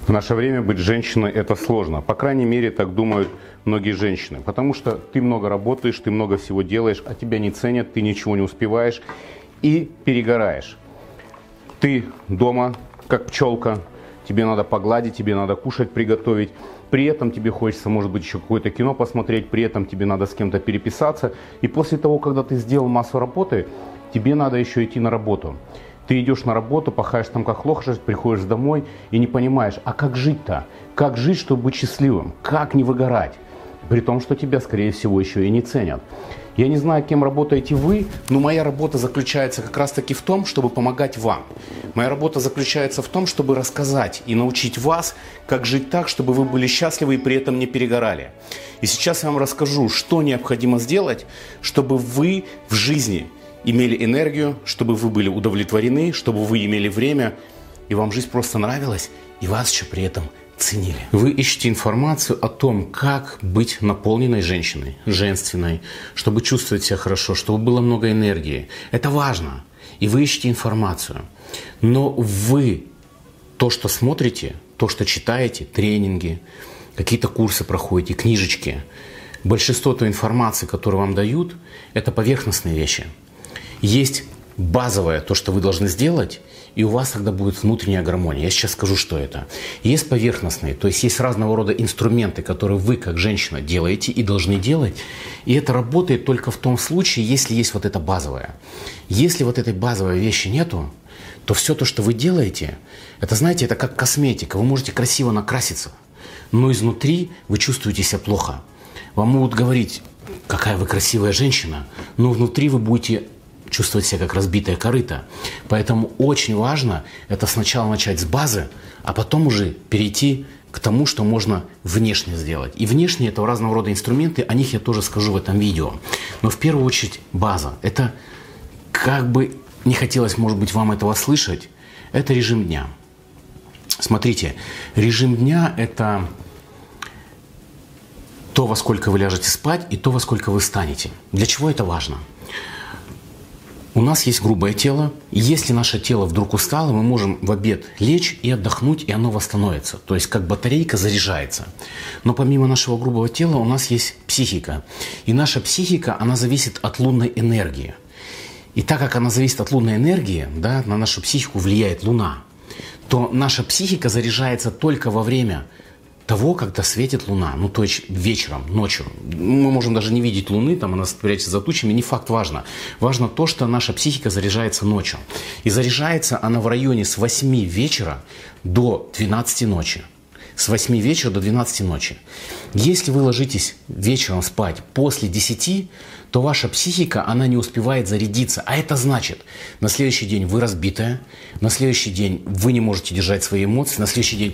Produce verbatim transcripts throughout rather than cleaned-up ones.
В наше время быть женщиной – это сложно. По крайней мере, так думают многие женщины. Потому что ты много работаешь, ты много всего делаешь, а тебя не ценят, ты ничего не успеваешь и перегораешь. Ты дома, как пчелка, тебе надо погладить, тебе надо кушать, приготовить. При этом тебе хочется, может быть, еще какое-то кино посмотреть, при этом тебе надо с кем-то переписаться. И после того, когда ты сделал массу работы, тебе надо еще идти на работу. Ты идешь на работу, пахаешь там как лошадь, приходишь домой и не понимаешь, а как жить-то? Как жить, чтобы быть счастливым? Как не выгорать? При том, что тебя, скорее всего, еще и не ценят. Я не знаю, кем работаете вы, но моя работа заключается как раз-таки в том, чтобы помогать вам. Моя работа заключается в том, чтобы рассказать и научить вас, как жить так, чтобы вы были счастливы и при этом не перегорали. И сейчас я вам расскажу, что необходимо сделать, чтобы вы в жизни имели энергию, чтобы вы были удовлетворены, чтобы вы имели время, и вам жизнь просто нравилась, и вас еще при этом ценили. Вы ищете информацию о том, как быть наполненной женщиной, женственной, чтобы чувствовать себя хорошо, чтобы было много энергии. Это важно. И вы ищете информацию. Но вы то, что смотрите, то, что читаете, тренинги, какие-то курсы проходите, книжечки, большинство той информации, которую вам дают, это поверхностные вещи. Есть базовое, то, что вы должны сделать, и у вас тогда будет внутренняя гармония. Я сейчас скажу, что это. Есть поверхностные, то есть есть разного рода инструменты, которые вы, как женщина, делаете и должны делать. И это работает только в том случае, если есть вот это базовое. Если вот этой базовой вещи нету, то все то, что вы делаете, это, знаете, это как косметика. Вы можете красиво накраситься, но изнутри вы чувствуете себя плохо. Вам могут говорить, какая вы красивая женщина, но внутри вы будете чувствовать себя как разбитая корыто. Поэтому очень важно это сначала начать с базы, а потом уже перейти к тому, что можно внешне сделать. И внешне это разного рода инструменты, о них я тоже скажу в этом видео. Но в первую очередь база. Это, как бы не хотелось, может быть, вам этого слышать, это режим дня. Смотрите, режим дня – это то, во сколько вы ляжете спать, и то, во сколько вы встанете. Для чего это важно? У нас есть грубое тело. Если наше тело вдруг устало, мы можем в обед лечь и отдохнуть, и оно восстановится. То есть как батарейка заряжается. Но помимо нашего грубого тела у нас есть психика. И наша психика, она зависит от лунной энергии. И так как она зависит от лунной энергии, да, на нашу психику влияет Луна, то наша психика заряжается только во время того, когда светит Луна, ну то есть вечером, ночью. Мы можем даже не видеть Луны, там она прячется за тучами, не факт важно. Важно то, что наша психика заряжается ночью. И заряжается она в районе с восьми вечера до двенадцати ночи. С восьми вечера до двенадцати ночи. Если вы ложитесь вечером спать после десяти, то ваша психика, она не успевает зарядиться. А это значит, на следующий день вы разбитая, на следующий день вы не можете держать свои эмоции, на следующий день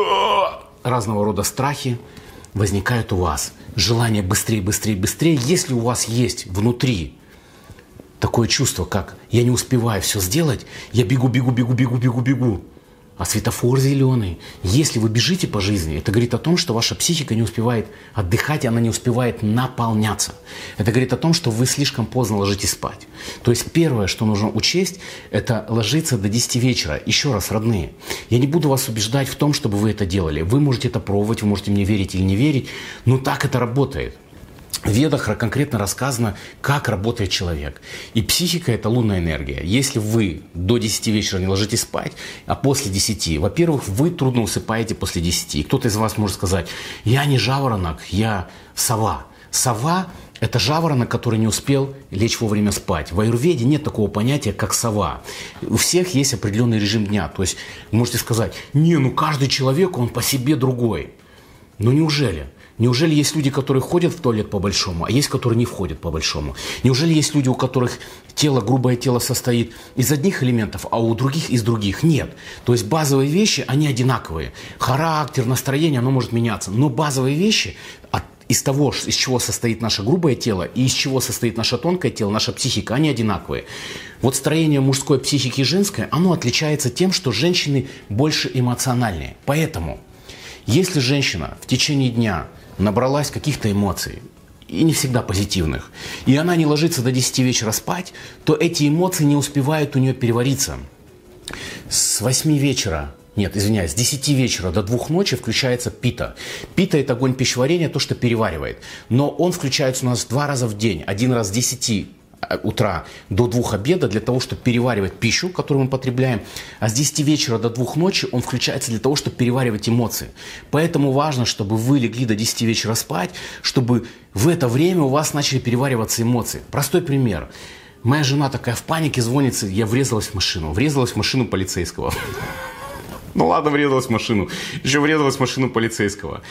разного рода страхи возникают у вас. Желание быстрее, быстрее, быстрее. Если у вас есть внутри такое чувство, как «я не успеваю все сделать», я бегу, бегу, бегу, бегу, бегу, бегу, а светофор зеленый. Если вы бежите по жизни, это говорит о том, что ваша психика не успевает отдыхать, и она не успевает наполняться. Это говорит о том, что вы слишком поздно ложитесь спать. То есть первое, что нужно учесть, это ложиться до десяти вечера. Еще раз, родные, я не буду вас убеждать в том, чтобы вы это делали. Вы можете это пробовать, вы можете мне верить или не верить, но так это работает. В Ведах конкретно рассказано, как работает человек. И психика – это лунная энергия. Если вы до десяти вечера не ложитесь спать, а после десяти, во-первых, вы трудно усыпаете после десяти. И кто-то из вас может сказать: я не жаворонок, я сова. Сова – это жаворонок, который не успел лечь вовремя спать. В аюрведе нет такого понятия, как сова. У всех есть определенный режим дня. То есть вы можете сказать: не, ну каждый человек, он по себе другой. Ну неужели? Неужели есть люди, которые ходят в туалет по-большому, а есть, которые не входят по-большому? Неужели есть люди, у которых тело, грубое тело состоит из одних элементов, а у других из других? Нет. То есть базовые вещи, они одинаковые. Характер, настроение, оно может меняться. Но базовые вещи от, из того, из чего состоит наше грубое тело и из чего состоит наше тонкое тело, наша психика, они одинаковые. Вот строение мужской психики и женской, оно отличается тем, что женщины больше эмоциональнее. Поэтому, если женщина в течение дня набралась каких-то эмоций, и не всегда позитивных, и она не ложится до десяти вечера спать, то эти эмоции не успевают у нее перевариться. С восьми вечера нет, извиняюсь, с десяти вечера до двух ночи включается пита. Пита – это огонь пищеварения, то, что переваривает. Но он включается у нас два раза в день. Один раз с десяти утра до двух обеда для того, чтобы переваривать пищу, которую мы потребляем. А с десяти вечера до двух ночи он включается для того, чтобы переваривать эмоции. Поэтому важно, чтобы вы легли до десяти вечера спать, чтобы в это время у вас начали перевариваться эмоции. Простой пример. Моя жена такая в панике звонит, я врезалась в машину. Врезалась в машину полицейского. Ну ладно, врезалась в машину. Еще врезалась в машину полицейского.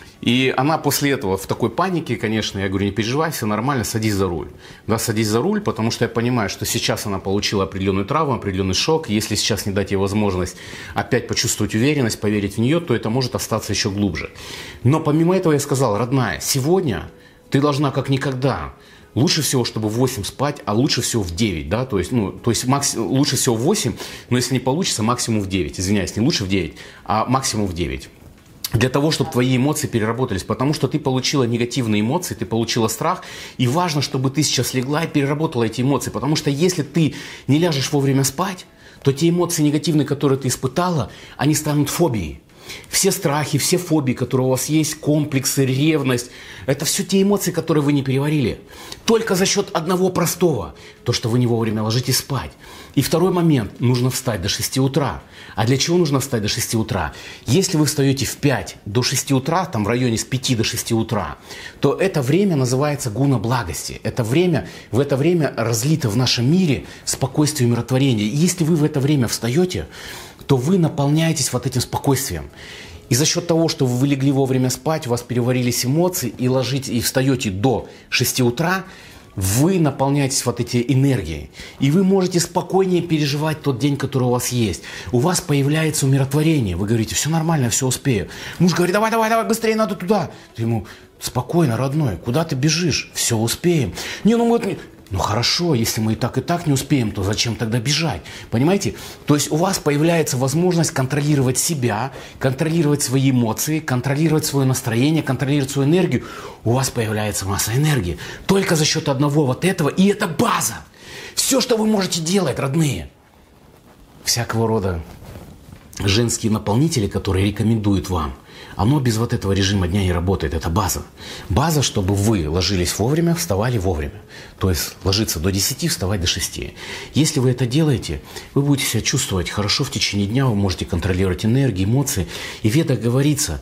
И она после этого в такой панике, конечно, я говорю, не переживай, все нормально, садись за руль. Да, садись за руль, потому что я понимаю, что сейчас она получила определенную травму, определенный шок. Если сейчас не дать ей возможность опять почувствовать уверенность, поверить в нее, то это может остаться еще глубже. Но помимо этого я сказал, родная, сегодня ты должна как никогда, лучше всего, чтобы в восемь спать, а лучше всего в девять, да, то есть, ну, то есть макс... лучше всего в восемь, но если не получится, максимум в девять, извиняюсь, не лучше в девять, а максимум в девять. Для того, чтобы твои эмоции переработались, потому что ты получила негативные эмоции, ты получила страх, и важно, чтобы ты сейчас легла и переработала эти эмоции, потому что если ты не ляжешь вовремя спать, то те эмоции негативные, которые ты испытала, они станут фобией. Все страхи, все фобии, которые у вас есть, комплексы, ревность, это все те эмоции, которые вы не переварили. Только за счет одного простого, то, что вы не вовремя ложитесь спать. И второй момент, нужно встать до шести утра. А для чего нужно встать до шести утра? Если вы встаете в пять до шести утра, там в районе с пяти до шести утра, то это время называется гуна благости. Это время, в это время разлито в нашем мире спокойствие и умиротворение. И если вы в это время встаете, то вы наполняетесь вот этим спокойствием. И за счет того, что вы легли вовремя спать, у вас переварились эмоции, и, ложите, и встаете до шести утра, вы наполняетесь вот этой энергией. И вы можете спокойнее переживать тот день, который у вас есть. У вас появляется умиротворение. Вы говорите, все нормально, все успею. Муж говорит, давай, давай, давай, быстрее надо туда. Ты ему, спокойно, родной, куда ты бежишь? Все успеем. Не, ну мы... Ну хорошо, если мы и так, и так не успеем, то зачем тогда бежать? Понимаете? То есть у вас появляется возможность контролировать себя, контролировать свои эмоции, контролировать свое настроение, контролировать свою энергию. У вас появляется масса энергии. Только за счет одного вот этого. И это база. Все, что вы можете делать, родные. Всякого рода женские наполнители, которые рекомендуют вам, оно без вот этого режима дня не работает. Это база. База, чтобы вы ложились вовремя, вставали вовремя. То есть ложиться до десяти, вставать до шести. Если вы это делаете, вы будете себя чувствовать хорошо в течение дня, вы можете контролировать энергию, эмоции. И в Ведах говорится,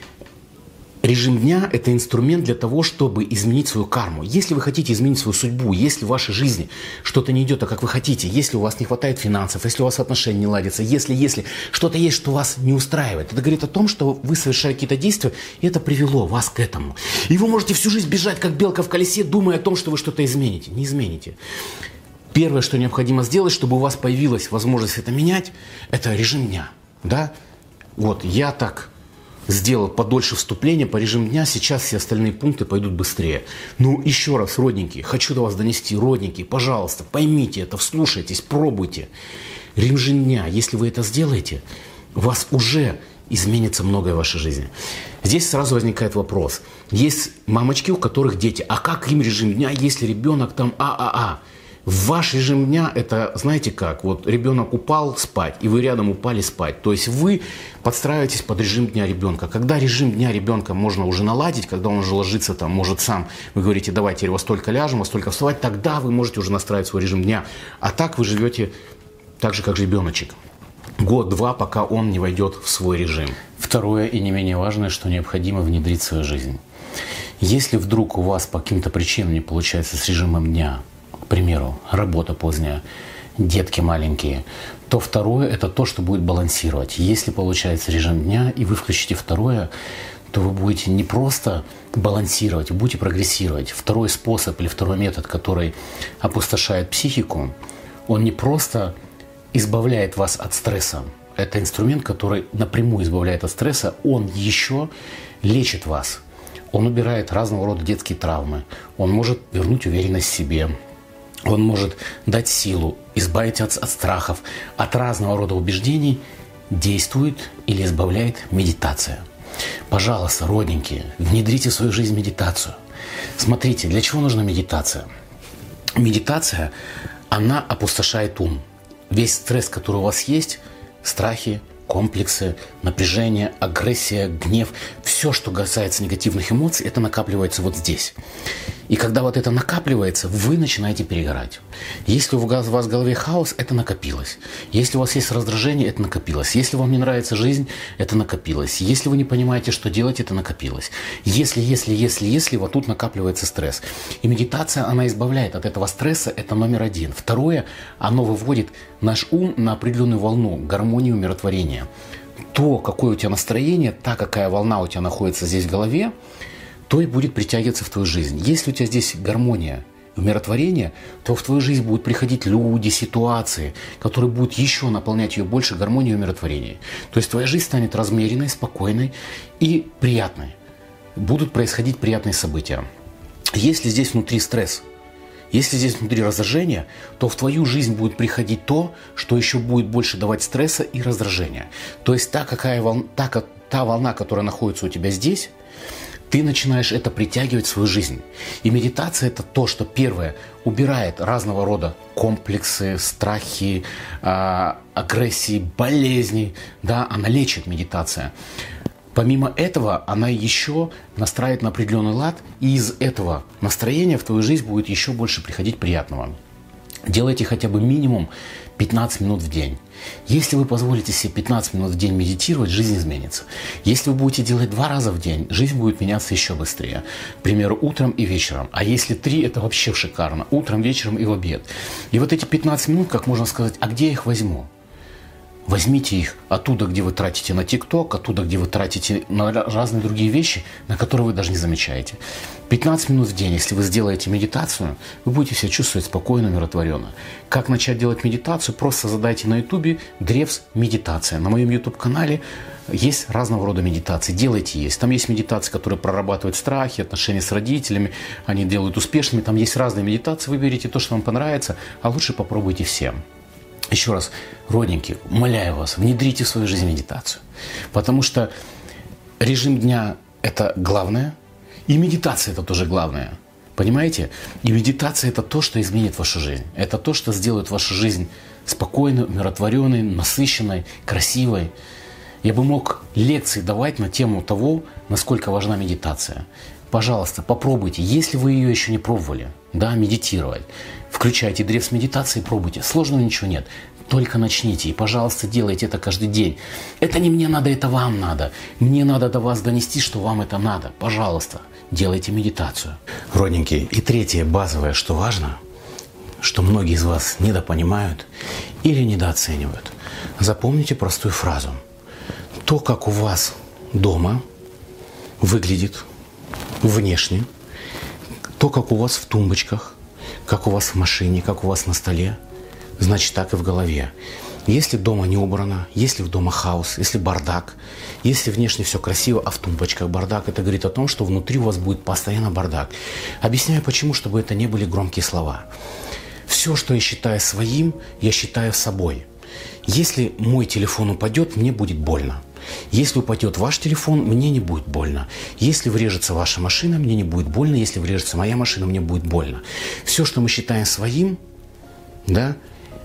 режим дня – это инструмент для того, чтобы изменить свою карму. Если вы хотите изменить свою судьбу, если в вашей жизни что-то не идет так, как вы хотите, если у вас не хватает финансов, если у вас отношения не ладятся, если, если что-то есть, что вас не устраивает, это говорит о том, что вы совершали какие-то действия, и это привело вас к этому. И вы можете всю жизнь бежать, как белка в колесе, думая о том, что вы что-то измените. Не измените. Первое, что необходимо сделать, чтобы у вас появилась возможность это менять, это режим дня. Да? Вот, я так... сделал подольше вступление по режиму дня, сейчас все остальные пункты пойдут быстрее. Ну, еще раз, родненькие, хочу до вас донести, родненькие, пожалуйста, поймите это, вслушайтесь, пробуйте. Режим дня, если вы это сделаете, у вас уже изменится многое в вашей жизни. Здесь сразу возникает вопрос. Есть мамочки, у которых дети, а как им режим дня, если ребенок там а-а-а? В ваш режим дня это, знаете как, вот ребенок упал спать, и вы рядом упали спать. То есть вы подстраиваетесь под режим дня ребенка. Когда режим дня ребенка можно уже наладить, когда он уже ложится там, может сам, вы говорите, давайте во столько ляжем, во столько вставать, тогда вы можете уже настраивать свой режим дня. А так вы живете так же, как ребеночек. Год-два, пока он не войдет в свой режим. Второе и не менее важное, что необходимо внедрить в свою жизнь. Если вдруг у вас по каким-то причинам не получается с режимом дня, к примеру, работа поздняя, детки маленькие, то второе – это то, что будет балансировать. Если получается режим дня, и вы включите второе, то вы будете не просто балансировать, вы будете прогрессировать. Второй способ или второй метод, который опустошает психику, он не просто избавляет вас от стресса. Это инструмент, который напрямую избавляет от стресса, он еще лечит вас. Он убирает разного рода детские травмы, он может вернуть уверенность в себе. Он может дать силу, избавить от, от страхов, от разного рода убеждений. Действует или избавляет медитация. Пожалуйста, родненькие, внедрите в свою жизнь медитацию. Смотрите, для чего нужна медитация? Медитация, она опустошает ум. Весь стресс, который у вас есть, страхи, комплексы, напряжение, агрессия, гнев, все, что касается негативных эмоций, это накапливается вот здесь. И когда вот это накапливается, вы начинаете перегорать. Если у вас в голове хаос, это накопилось. Если у вас есть раздражение, это накопилось. Если вам не нравится жизнь, это накопилось. Если вы не понимаете, что делать, это накопилось. Если, если, если, если, вот тут накапливается стресс. И медитация, она избавляет от этого стресса, это номер один. Второе, оно выводит наш ум на определенную волну, гармонию, умиротворения. То, какое у тебя настроение, та, какая волна у тебя находится здесь в голове, то и будет притягиваться в твою жизнь. Если у тебя здесь гармония, умиротворение, то в твою жизнь будут приходить люди, ситуации, которые будут еще наполнять ее больше гармонией и умиротворением. То есть твоя жизнь станет размеренной, спокойной и приятной. Будут происходить приятные события. Если здесь внутри стресс, если здесь внутри раздражение, то в твою жизнь будет приходить то, что еще будет больше давать стресса и раздражения. То есть та, какая волна, та, как, та волна, которая находится у тебя здесь, ты начинаешь это притягивать в свою жизнь. И медитация – это то, что, первое, убирает разного рода комплексы, страхи, э, агрессии, болезни. Да, она лечит, медитация. Помимо этого, она еще настраивает на определенный лад, и из этого настроения в твою жизнь будет еще больше приходить приятного. Делайте хотя бы минимум пятнадцать минут в день. Если вы позволите себе пятнадцать минут в день медитировать, жизнь изменится. Если вы будете делать два раза в день, жизнь будет меняться еще быстрее. К примеру, утром и вечером. А если три, это вообще шикарно. Утром, вечером и в обед. И вот эти пятнадцать минут, как можно сказать, а где я их возьму? Возьмите их оттуда, где вы тратите на ТикТок, оттуда, где вы тратите на разные другие вещи, на которые вы даже не замечаете. пятнадцать минут в день, если вы сделаете медитацию, вы будете себя чувствовать спокойно, умиротворенно. Как начать делать медитацию? Просто задайте на ютубе «Древс медитация». На моем ютуб-канале есть разного рода медитации. Делайте есть. Там есть медитации, которые прорабатывают страхи, отношения с родителями, они делают успешными. Там есть разные медитации. Выберите то, что вам понравится, а лучше попробуйте все. Еще раз, родненькие, умоляю вас, внедрите в свою жизнь медитацию. Потому что режим дня – это главное, и медитация – это тоже главное. Понимаете? И медитация – это то, что изменит вашу жизнь. Это то, что сделает вашу жизнь спокойной, умиротворенной, насыщенной, красивой. Я бы мог лекции давать на тему того, насколько важна медитация. Пожалуйста, попробуйте, если вы ее еще не пробовали, да, медитировать. Включайте древс медитации и пробуйте. Сложного ничего нет. Только начните. И, пожалуйста, делайте это каждый день. Это не мне надо, это вам надо. Мне надо до вас донести, что вам это надо. Пожалуйста, делайте медитацию. Родненькие. И третье, базовое, что важно, что многие из вас недопонимают или недооценивают. Запомните простую фразу. То, как у вас дома выглядит внешне, то, как у вас в тумбочках, как у вас в машине, как у вас на столе, значит, так и в голове. Если дома не убрано, если в дома хаос, если бардак, если внешне все красиво, а в тумбочках бардак, это говорит о том, что внутри у вас будет постоянно бардак. Объясняю почему, чтобы это не были громкие слова. Все, что я считаю своим, я считаю собой. Если мой телефон упадет, мне будет больно. Если упадет ваш телефон, мне не будет больно. Если врежется ваша машина, мне не будет больно. Если врежется моя машина, мне будет больно. Все, что мы считаем своим, да,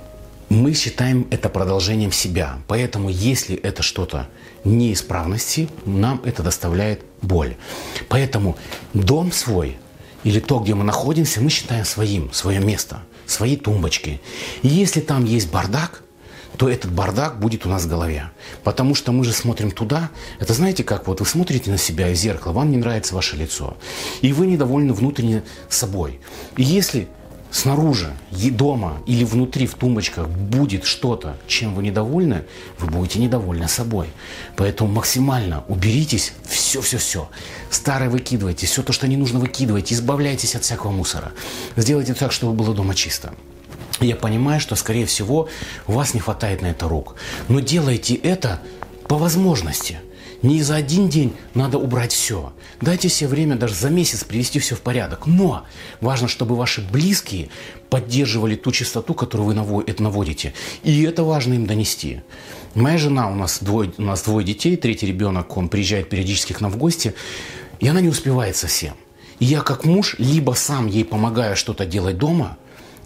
мы считаем это продолжением себя. Поэтому, если это что-то неисправности, нам это доставляет боль. Поэтому дом свой или то, где мы находимся, мы считаем своим, свое место, свои тумбочки. И если там есть бардак, то этот бардак будет у нас в голове. Потому что мы же смотрим туда. Это знаете, как вот вы смотрите на себя в зеркало, вам не нравится ваше лицо. И вы недовольны внутренне собой. И если снаружи, и дома или внутри в тумбочках будет что-то, чем вы недовольны, вы будете недовольны собой. Поэтому максимально уберитесь, все-все-все. Старое выкидывайте, все то, что не нужно, выкидывайте, избавляйтесь от всякого мусора. Сделайте так, чтобы было дома чисто. Я понимаю, что, скорее всего, у вас не хватает на это рук. Но делайте это по возможности. Не за один день надо убрать все. Дайте себе время даже за месяц привести все в порядок. Но важно, чтобы ваши близкие поддерживали ту чистоту, которую вы наводите. И это важно им донести. Моя жена, у нас двое, у нас двое детей, третий ребенок, он приезжает периодически к нам в гости, и она не успевает совсем. И я как муж либо сам ей помогаю что-то делать дома,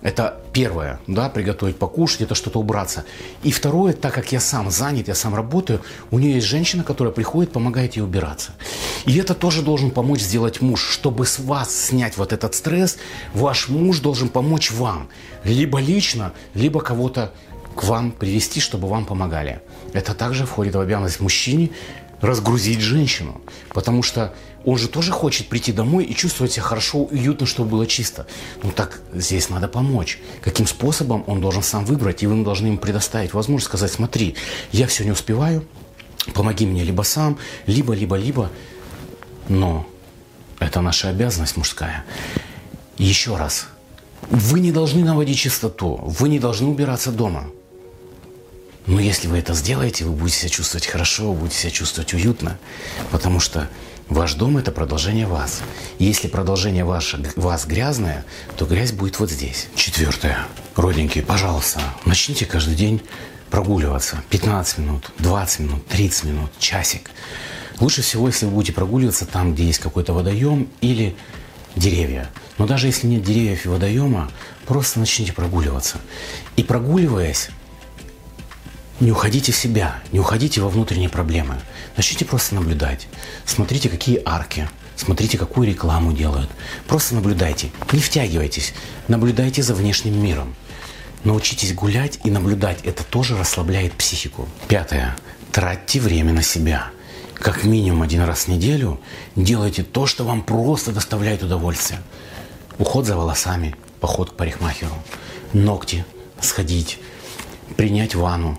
Это первое, да, приготовить, покушать, это что-то убраться. И второе, так как я сам занят, я сам работаю, у нее есть женщина, которая приходит, помогает ей убираться. И это тоже должен помочь сделать муж. Чтобы с вас снять вот этот стресс, ваш муж должен помочь вам. Либо лично, либо кого-то к вам привести, чтобы вам помогали. Это также входит в обязанность мужчине разгрузить женщину. Потому что он же тоже хочет прийти домой и чувствовать себя хорошо, уютно, чтобы было чисто. Ну так здесь надо помочь. Каким способом он должен сам выбрать, и вы должны ему предоставить возможность сказать: смотри, я все не успеваю, помоги мне либо сам, либо, либо, либо. Но это наша обязанность мужская. Еще раз. Вы не должны наводить чистоту, вы не должны убираться дома. Но если вы это сделаете, вы будете себя чувствовать хорошо, вы будете себя чувствовать уютно, потому что ваш дом – это продолжение вас. Если продолжение ваше, вас грязное, то грязь будет вот здесь. Четвертое. Родненькие, пожалуйста, начните каждый день прогуливаться. пятнадцать минут, двадцать минут, тридцать минут, часик. Лучше всего, если вы будете прогуливаться там, где есть какой-то водоем или деревья. Но даже если нет деревьев и водоема, просто начните прогуливаться. И прогуливаясь, не уходите в себя, не уходите во внутренние проблемы. Начните просто наблюдать. Смотрите, какие арки, смотрите, какую рекламу делают. Просто наблюдайте, не втягивайтесь, наблюдайте за внешним миром. Научитесь гулять и наблюдать, это тоже расслабляет психику. Пятое. Тратьте время на себя. Как минимум один раз в неделю делайте то, что вам просто доставляет удовольствие. Уход за волосами, поход к парикмахеру, ногти сходить, принять ванну,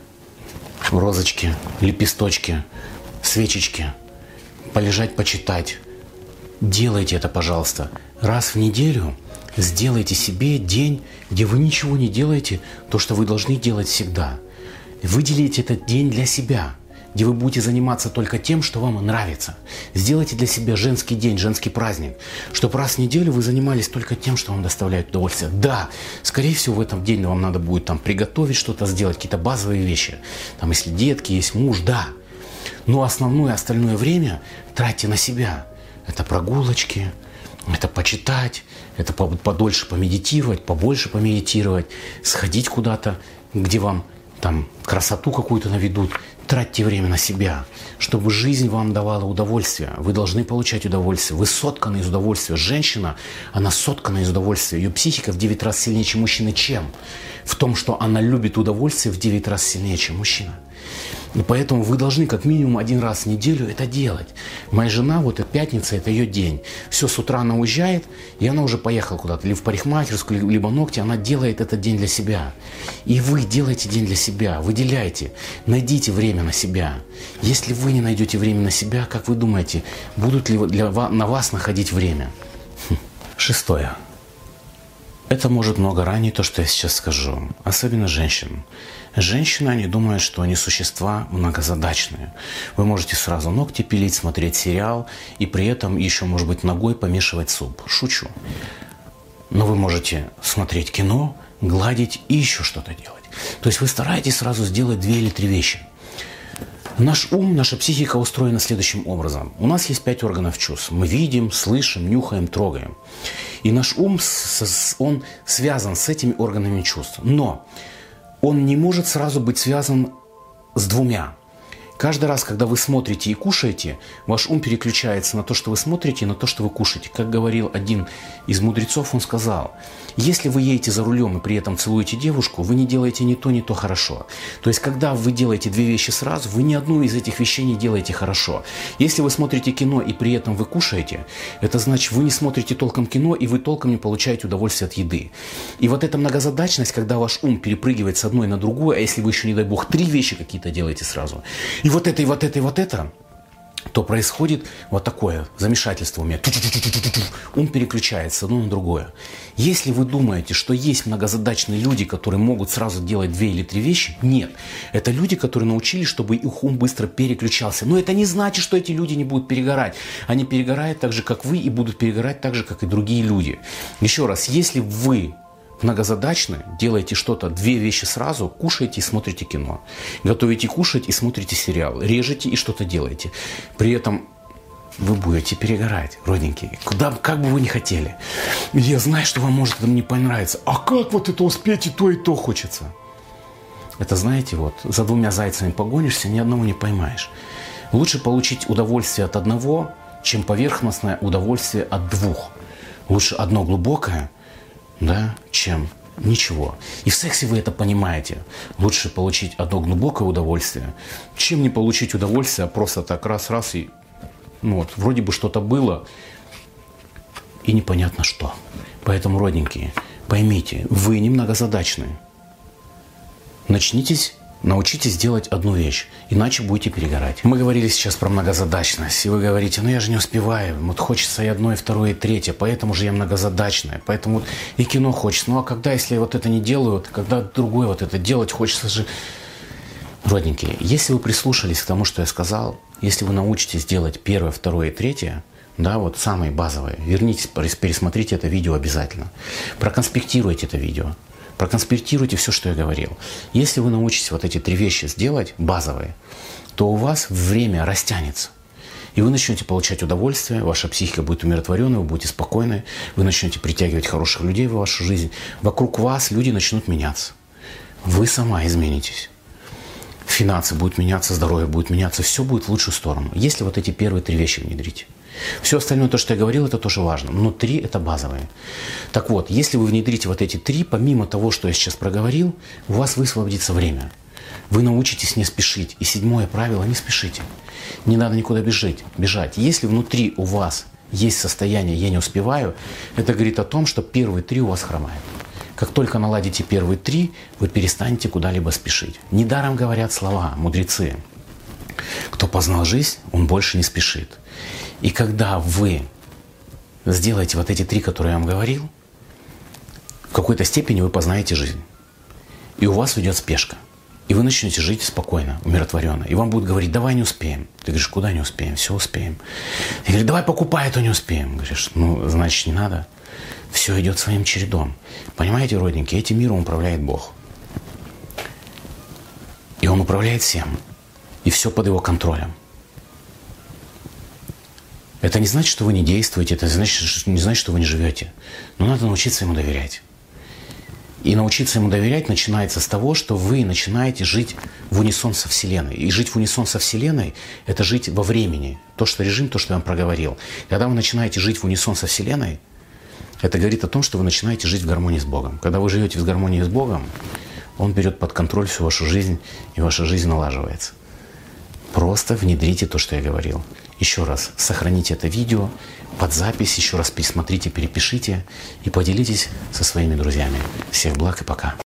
розочки, лепесточки, свечечки, полежать, почитать. Делайте это, пожалуйста. Раз в неделю сделайте себе день, где вы ничего не делаете, то, что вы должны делать всегда. Выделите этот день для себя, где вы будете заниматься только тем, что вам нравится. Сделайте для себя женский день, женский праздник, чтобы раз в неделю вы занимались только тем, что вам доставляет удовольствие. Да, скорее всего, в этом день вам надо будет там приготовить что-то, сделать какие-то базовые вещи. Там, если детки, есть муж, да. Но основное остальное время тратьте на себя. Это прогулочки, это почитать, это подольше помедитировать, побольше помедитировать, сходить куда-то, где вам там красоту какую-то наведут. Тратьте время на себя, чтобы жизнь вам давала удовольствие. Вы должны получать удовольствие. Вы сотканы из удовольствия. Женщина, она соткана из удовольствия. Ее психика в девять раз сильнее, чем мужчина. Чем? В том, что она любит удовольствие в девять раз сильнее, чем мужчина. И поэтому вы должны как минимум один раз в неделю это делать. Моя жена, вот эта пятница, это ее день. Все, с утра она уезжает, и она уже поехала куда-то, либо в парикмахерскую, либо ногти, она делает этот день для себя. И вы делаете день для себя, выделяйте, найдите время на себя. Если вы не найдете время на себя, как вы думаете, будут ли для вас, на вас находить время? Хм. Шестое. Это может много ранее то, что я сейчас скажу, особенно женщин. Женщины, они думают, что они существа многозадачные. Вы можете сразу ногти пилить, смотреть сериал и при этом еще, может быть, ногой помешивать суп. Шучу. Но вы можете смотреть кино, гладить и еще что-то делать. То есть вы стараетесь сразу сделать две или три вещи. Наш ум, наша психика устроена следующим образом. У нас есть пять органов чувств. Мы видим, слышим, нюхаем, трогаем. И наш ум, он связан с этими органами чувств. Но он не может сразу быть связан с двумя. Каждый раз, когда вы смотрите и кушаете, ваш ум переключается на то, что вы смотрите, и на то, что вы кушаете. Как говорил один из мудрецов, он сказал: если вы едете за рулем и при этом целуете девушку, вы не делаете ни то, ни то хорошо. То есть, когда вы делаете две вещи сразу, вы ни одну из этих вещей не делаете хорошо. Если вы смотрите кино и при этом вы кушаете, это значит, вы не смотрите толком кино, и вы толком не получаете удовольствие от еды. И вот эта многозадачность, когда ваш ум перепрыгивает с одной на другую, а если вы еще, не дай бог, три вещи какие-то делаете сразу, и вот это, и вот это, и вот это, то происходит вот такое замешательство у меня. Ум переключается с одно на другое. Если вы думаете, что есть многозадачные люди, которые могут сразу делать две или три вещи, нет. Это люди, которые научились, чтобы их ум быстро переключался. Но это не значит, что эти люди не будут перегорать. Они перегорают так же, как вы, и будут перегорать так же, как и другие люди. Еще раз, если вы многозадачны, делаете что-то, две вещи сразу, кушаете и смотрите кино. Готовите кушать и смотрите сериал. Режете и что-то делаете. При этом вы будете перегорать, родненькие. Куда, как бы вы ни хотели. Я знаю, что вам может это не понравиться. А как вот это успеть и то, и то хочется? Это, знаете, вот, за двумя зайцами погонишься, ни одного не поймаешь. Лучше получить удовольствие от одного, чем поверхностное удовольствие от двух. Лучше одно глубокое, да, чем ничего. И в сексе вы это понимаете. Лучше получить одно глубокое удовольствие, чем не получить удовольствие, а просто так раз-раз и, ну вот, вроде бы что-то было, и непонятно что. Поэтому, родненькие, поймите, вы не многозадачные. Начнитесь, научитесь делать одну вещь, иначе будете перегорать. Мы говорили сейчас про многозадачность, и вы говорите, ну я же не успеваю, вот хочется и одно, и второе, и третье, поэтому же я многозадачная, поэтому вот и кино хочется. Ну а когда, если я вот это не делаю, вот, когда другое вот это делать, хочется же... Родненькие, если вы прислушались к тому, что я сказал, если вы научитесь делать первое, второе и третье, да, вот самые базовые, вернитесь, пересмотрите это видео обязательно, проконспектируйте это видео. Проконспектируйте все, что я говорил. Если вы научитесь вот эти три вещи сделать, базовые, то у вас время растянется. И вы начнете получать удовольствие, ваша психика будет умиротворенной, вы будете спокойны, вы начнете притягивать хороших людей в вашу жизнь. Вокруг вас люди начнут меняться. Вы сама изменитесь. Финансы будут меняться, здоровье будет меняться, все будет в лучшую сторону. Если вот эти первые три вещи внедрите. Все остальное, то, что я говорил, это тоже важно. Но три – это базовые. Так вот, если вы внедрите вот эти три, помимо того, что я сейчас проговорил, у вас высвободится время. Вы научитесь не спешить. И седьмое правило – не спешите. Не надо никуда бежать. бежать. Если внутри у вас есть состояние «я не успеваю», это говорит о том, что первые три у вас хромают. Как только наладите первые три, вы перестанете куда-либо спешить. Недаром говорят слова мудрецы. Кто познал жизнь, он больше не спешит. И когда вы сделаете вот эти три, которые я вам говорил, в какой-то степени вы познаете жизнь. И у вас уйдет спешка. И вы начнете жить спокойно, умиротворенно. И вам будут говорить, давай не успеем. Ты говоришь, куда не успеем? Все успеем. Ты говоришь, давай покупай, а то не успеем. Говоришь, ну, значит, не надо. Все идет своим чередом. Понимаете, родненькие, этим миром управляет Бог. И Он управляет всем. И все под Его контролем. Это не значит, что вы не действуете, это значит, не значит, что вы не живете. Но надо научиться Ему доверять. И научиться Ему доверять начинается с того, что вы начинаете жить в унисон со Вселенной. И жить в унисон со Вселенной – это жить во времени. То, что режим, то, что я вам проговорил. Когда вы начинаете жить в унисон со Вселенной, это говорит о том, что вы начинаете жить в гармонии с Богом. Когда вы живете в гармонии с Богом, Он берет под контроль всю вашу жизнь, и ваша жизнь налаживается. Просто внедрите то, что я говорил. Еще раз сохраните это видео под запись, еще раз пересмотрите, перепишите и поделитесь со своими друзьями. Всех благ и пока.